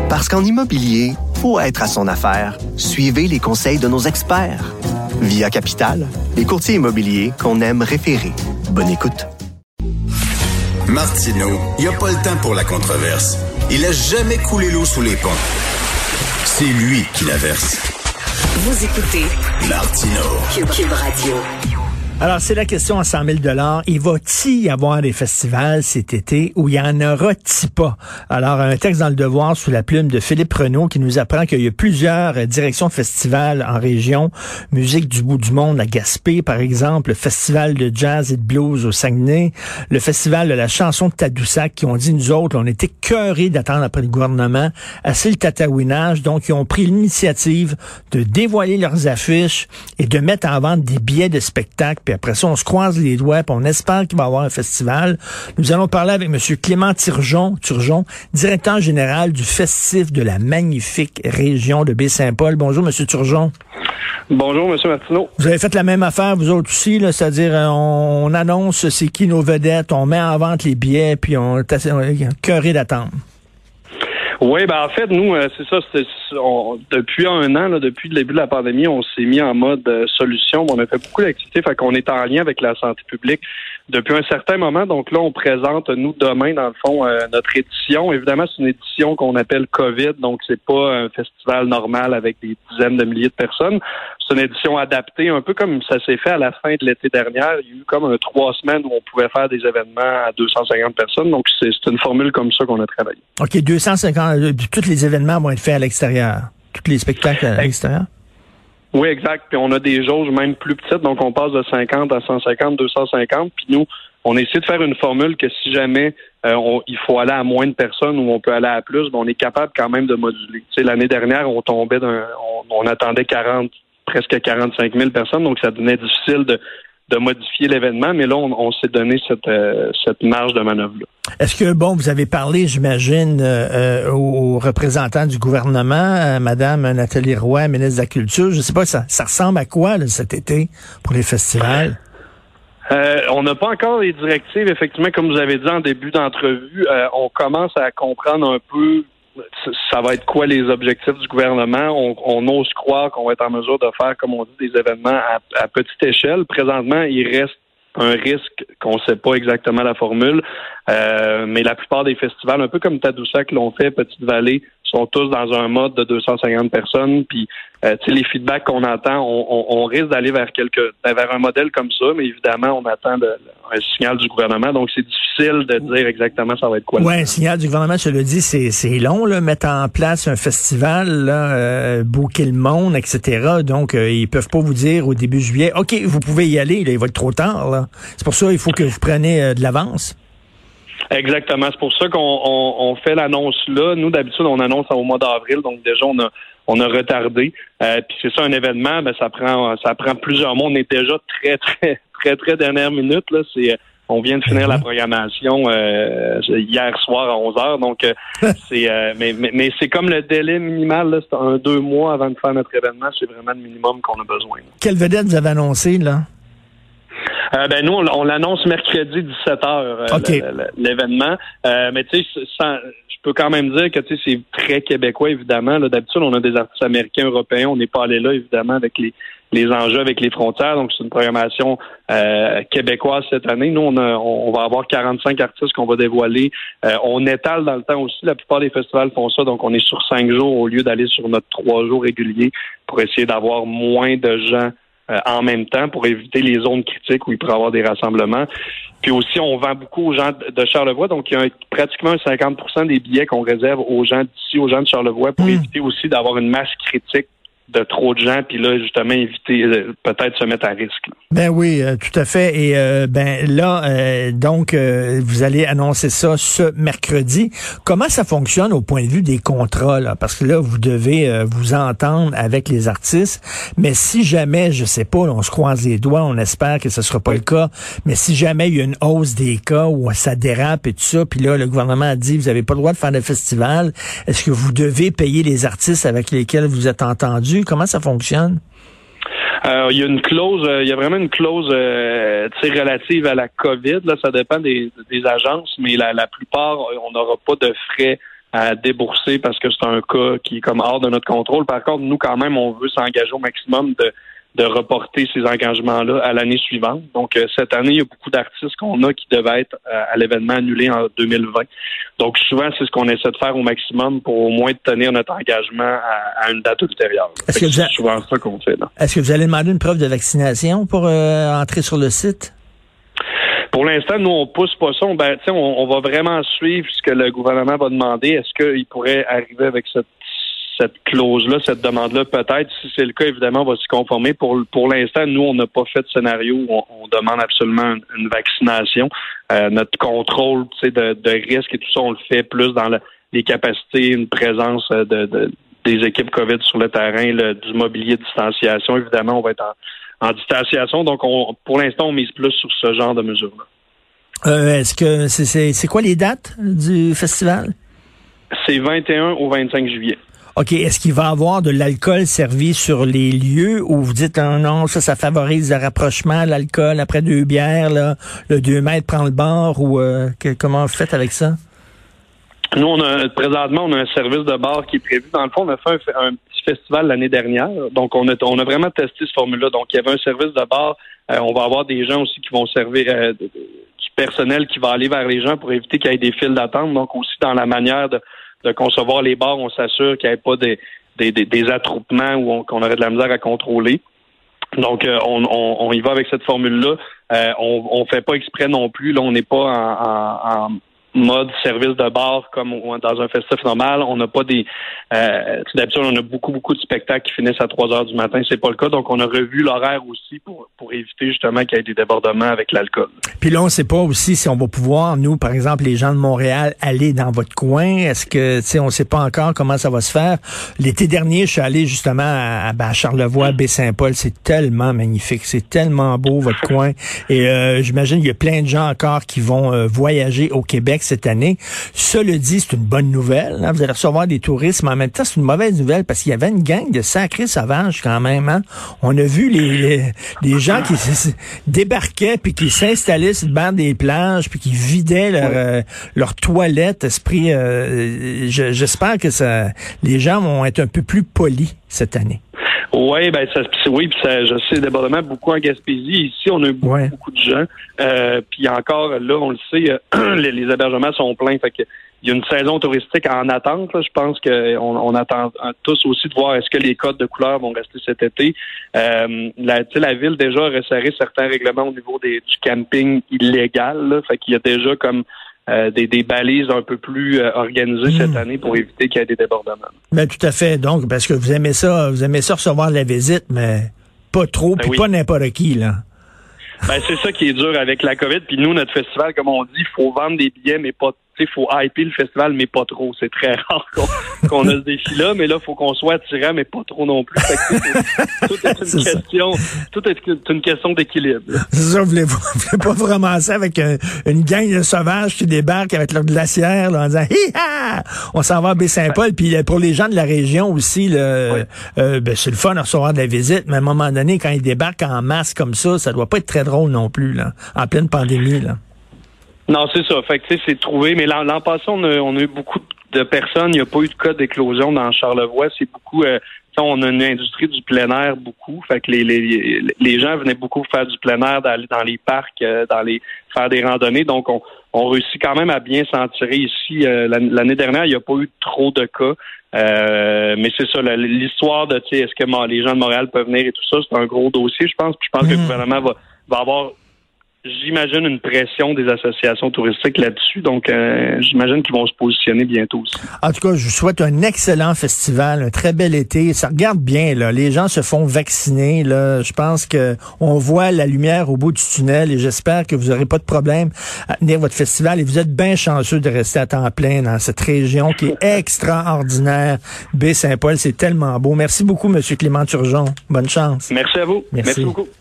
Parce qu'en immobilier, faut être à son affaire. Suivez les conseils de nos experts. Via Capital, les courtiers immobiliers qu'on aime référer. Bonne écoute. Martineau, il n'y a pas le temps pour la controverse. Il a jamais coulé l'eau sous les ponts. C'est lui qui la verse. Vous écoutez Martineau. Cube Radio. Alors, c'est la question à 100 000 $. Il va-t-il y avoir des festivals cet été ou il y en aura-t-il pas? Alors, un texte dans Le Devoir sous la plume de Philippe Renaud qui nous apprend qu'il y a plusieurs directions de festivals en région. Musique du bout du monde à Gaspé, par exemple. Le festival de jazz et de blues au Saguenay. Le festival de la chanson de Tadoussac qui ont dit, nous autres, on était cœurés d'attendre après le gouvernement. Assez le tatouinage. Donc, ils ont pris l'initiative de dévoiler leurs affiches et de mettre en vente des billets de spectacle. Puis après ça, on se croise les doigts, puis on espère qu'il va y avoir un festival. Nous allons parler avec M. Clément Turgeon, directeur général du Festif de la magnifique région de Baie-Saint-Paul. Bonjour, M. Turgeon. Bonjour, M. Martineau. Vous avez fait la même affaire, vous autres aussi, là, c'est-à-dire on annonce c'est qui nos vedettes, on met en vente les billets, puis on est cœuré d'attendre. Oui, en fait, nous, c'est ça. Depuis un an, là, depuis le début de la pandémie, on s'est mis en mode solution. On a fait beaucoup d'activités, fait qu'on est en lien avec la santé publique depuis un certain moment. Donc là, on présente, nous, demain, dans le fond, notre édition. Évidemment, c'est une édition qu'on appelle COVID, donc c'est pas un festival normal avec des dizaines de milliers de personnes. C'est une édition adaptée, un peu comme ça s'est fait à la fin de l'été dernier. Il y a eu comme 3 semaines où on pouvait faire des événements à 250 personnes. Donc, c'est une formule comme ça qu'on a travaillé. OK, 250, tous les événements vont être faits à l'extérieur. Tous les spectacles à l'extérieur? Oui, exact. Puis on a des jauges même plus petites, donc on passe de 50 à 150, 250. Puis nous, on essaie de faire une formule que si jamais il faut aller à moins de personnes ou on peut aller à plus, on est capable quand même de moduler. Tu sais, l'année dernière, on tombait on attendait presque 45 000 personnes, donc ça devenait difficile de modifier l'événement, mais là, on s'est donné cette marge de manœuvre-là. Est-ce que, vous avez parlé, j'imagine, aux représentants du gouvernement, Madame Nathalie Roy, ministre de la Culture, je sais pas, ça ressemble à quoi, là, cet été, pour les festivals? On n'a pas encore les directives, effectivement, comme vous avez dit en début d'entrevue, on commence à comprendre un peu ça va être quoi les objectifs du gouvernement. On ose croire qu'on va être en mesure de faire, comme on dit, des événements à petite échelle. Présentement, il reste un risque qu'on ne sait pas exactement la formule, mais la plupart des festivals, un peu comme Tadoussac l'ont fait, Petite-Vallée, sont tous dans un mode de 250 personnes. Puis, les feedbacks qu'on entend, on risque d'aller vers un modèle comme ça, mais évidemment, on attend un signal du gouvernement. Donc, c'est difficile de dire exactement ça va être quoi. Oui, un signal du gouvernement, je le dis, c'est long, là, mettre en place un festival, là, booker le monde, etc. Donc, ils peuvent pas vous dire au début juillet, OK, vous pouvez y aller, là, il va être trop tard, là. C'est pour ça qu'il faut que vous preniez de l'avance. Exactement. C'est pour ça qu'on fait l'annonce là. Nous, d'habitude, on annonce au mois d'avril, donc déjà, on a retardé. Puis c'est ça, un événement, ça prend plusieurs mois. On est déjà très dernière minute, là. On vient de finir la programmation hier soir à 11h, donc mais c'est comme le délai minimal, là, c'est 2 mois avant de faire notre événement, c'est vraiment le minimum qu'on a besoin. Quelle vedette vous avez annoncé, là? Nous, on l'annonce mercredi 17h, okay. L'événement. Mais tu sais, je peux quand même dire que c'est très québécois, évidemment. Là, d'habitude, on a des artistes américains, européens. On n'est pas allé là, évidemment, avec les enjeux avec les frontières. Donc, c'est une programmation québécoise cette année. Nous, on va avoir 45 artistes qu'on va dévoiler. On étale dans le temps aussi. La plupart des festivals font ça. Donc, on est sur 5 jours au lieu d'aller sur notre 3 jours réguliers pour essayer d'avoir moins de gens en même temps pour éviter les zones critiques où il pourrait y avoir des rassemblements. Puis aussi, on vend beaucoup aux gens de Charlevoix, donc il y a pratiquement 50% des billets qu'on réserve aux gens d'ici, aux gens de Charlevoix, pour éviter aussi d'avoir une masse critique de trop de gens, puis là, justement, éviter peut-être se mettre à risque. Ben oui, tout à fait. Et donc, vous allez annoncer ça ce mercredi. Comment ça fonctionne au point de vue des contrats, là? Parce que là, vous devez vous entendre avec les artistes. Mais si jamais, je sais pas, on se croise les doigts, on espère que ce sera pas le cas, mais si jamais il y a une hausse des cas où ça dérape et tout ça, puis là, le gouvernement a dit, vous avez pas le droit de faire de festival, est-ce que vous devez payer les artistes avec lesquels vous êtes entendus? Comment ça fonctionne? Il y a une clause, il y a vraiment une clause relative à la COVID. Là, ça dépend des agences, mais la plupart, on n'aura pas de frais à débourser parce que c'est un cas qui est comme hors de notre contrôle. Par contre, nous, quand même, on veut s'engager au maximum de reporter ces engagements-là à l'année suivante. Donc, cette année, il y a beaucoup d'artistes qu'on a qui devaient être à l'événement annulé en 2020. Donc, souvent, c'est ce qu'on essaie de faire au maximum pour au moins tenir notre engagement à une date ultérieure. C'est souvent ça qu'on fait. Là. Est-ce que vous allez demander une preuve de vaccination pour entrer sur le site? Pour l'instant, nous, on pousse pas ça. On va vraiment suivre ce que le gouvernement va demander. Est-ce qu'il pourrait arriver avec cette clause-là, cette demande-là, peut-être. Si c'est le cas, évidemment, on va s'y conformer. Pour l'instant, nous, on n'a pas fait de scénario où on demande absolument une vaccination. Notre contrôle de risque et tout ça, on le fait plus dans les capacités, une présence des équipes COVID sur le terrain, du mobilier de distanciation. Évidemment, on va être en distanciation. Donc, pour l'instant, on mise plus sur ce genre de mesures-là. Est-ce que c'est quoi les dates du festival? C'est 21 au 25 juillet. OK. Est-ce qu'il va y avoir de l'alcool servi sur les lieux où vous dites non, ça favorise le rapprochement, l'alcool après 2 bières, là, le 2 mètres prend le bord ou comment vous faites avec ça? Nous, présentement, on a un service de bar qui est prévu. Dans le fond, on a fait un petit festival l'année dernière. Donc, on a vraiment testé ce formule-là. Donc, il y avait un service de bar. On va avoir des gens aussi qui vont servir du personnel qui va aller vers les gens pour éviter qu'il y ait des files d'attente. Donc, aussi dans la manière de concevoir les bars, on s'assure qu'il n'y ait pas des attroupements ou qu'on aurait de la misère à contrôler. Donc, on y va avec cette formule-là. On fait pas exprès non plus. Là, on n'est pas en mode service de bar comme dans un festif normal. On n'a pas d'habitude, on a beaucoup de spectacles qui finissent à 3 heures du matin. C'est pas le cas. Donc, on a revu l'horaire aussi pour éviter justement qu'il y ait des débordements avec l'alcool. Puis là, on ne sait pas aussi si on va pouvoir, nous, par exemple, les gens de Montréal, aller dans votre coin. Est-ce que, on ne sait pas encore comment ça va se faire? L'été dernier, je suis allé justement à Charlevoix, Baie-Saint-Paul. C'est tellement magnifique. C'est tellement beau, votre coin. Et j'imagine qu'il y a plein de gens encore qui vont voyager au Québec cette année. Cela dit, c'est une bonne nouvelle. Hein? Vous allez recevoir des touristes, mais en même temps, c'est une mauvaise nouvelle parce qu'il y avait une gang de sacrés sauvages quand même. Hein? On a vu les gens qui débarquaient puis qui s'installaient sur le banc des plages puis qui vidaient leur toilette. J'espère que les gens vont être un peu plus polis cette année. Oui, je sais débordement beaucoup en Gaspésie. Ici, on a beaucoup de gens. Puis encore, là, on le sait, les hébergements sont pleins. Fait que il y a une saison touristique en attente. Là. Je pense qu'on attend tous aussi de voir est-ce que les codes de couleur vont rester cet été. La ville déjà a resserré certains règlements au niveau du camping illégal. Là. Fait qu'il y a déjà comme des balises un peu plus organisées cette année pour éviter qu'il y ait des débordements. Ben, tout à fait. Donc, parce que vous aimez ça recevoir la visite, mais pas trop, puis pas n'importe qui, là. Ben, c'est ça qui est dur avec la COVID. Puis nous, notre festival, comme on dit, il faut vendre des billets, mais pas, il faut hyper le festival, mais pas trop. C'est très rare qu'on a ce défi-là, mais là, il faut qu'on soit attirant, mais pas trop non plus. Fait que, tout est une question d'équilibre. C'est ça, vous voulez pas vous ramasser avec une gang de sauvages qui débarquent avec leur glacière, là, en disant hi-ha! On s'en va à Baie-Saint-Paul. Puis pour les gens de la région aussi, c'est le fun de recevoir de la visite, mais à un moment donné, quand ils débarquent en masse comme ça doit pas être très drôle non plus, là, en pleine pandémie, là. Non, c'est ça. Fait que, c'est trouvé. Mais l'an passé, on a eu beaucoup de personnes. Il n'y a pas eu de cas d'éclosion dans Charlevoix. C'est beaucoup, on a une industrie du plein air beaucoup. Fait que les gens venaient beaucoup faire du plein air, d'aller dans les parcs, faire des randonnées. Donc, on réussit quand même à bien s'en tirer ici. L'année dernière, il n'y a pas eu trop de cas. Mais c'est ça, l'histoire de, est-ce que les gens de Montréal peuvent venir et tout ça, c'est un gros dossier, je pense. Puis je pense que le gouvernement va avoir, j'imagine, une pression des associations touristiques là-dessus. Donc, j'imagine qu'ils vont se positionner bientôt aussi. En tout cas, je vous souhaite un excellent festival, un très bel été. Ça regarde bien, là. Les gens se font vacciner, là. Je pense que on voit la lumière au bout du tunnel et j'espère que vous n'aurez pas de problème à tenir votre festival. Et vous êtes bien chanceux de rester à temps plein dans cette région qui est extraordinaire. Baie-Saint-Paul, c'est tellement beau. Merci beaucoup, M. Clément Turgeon. Bonne chance. Merci à vous. Merci beaucoup.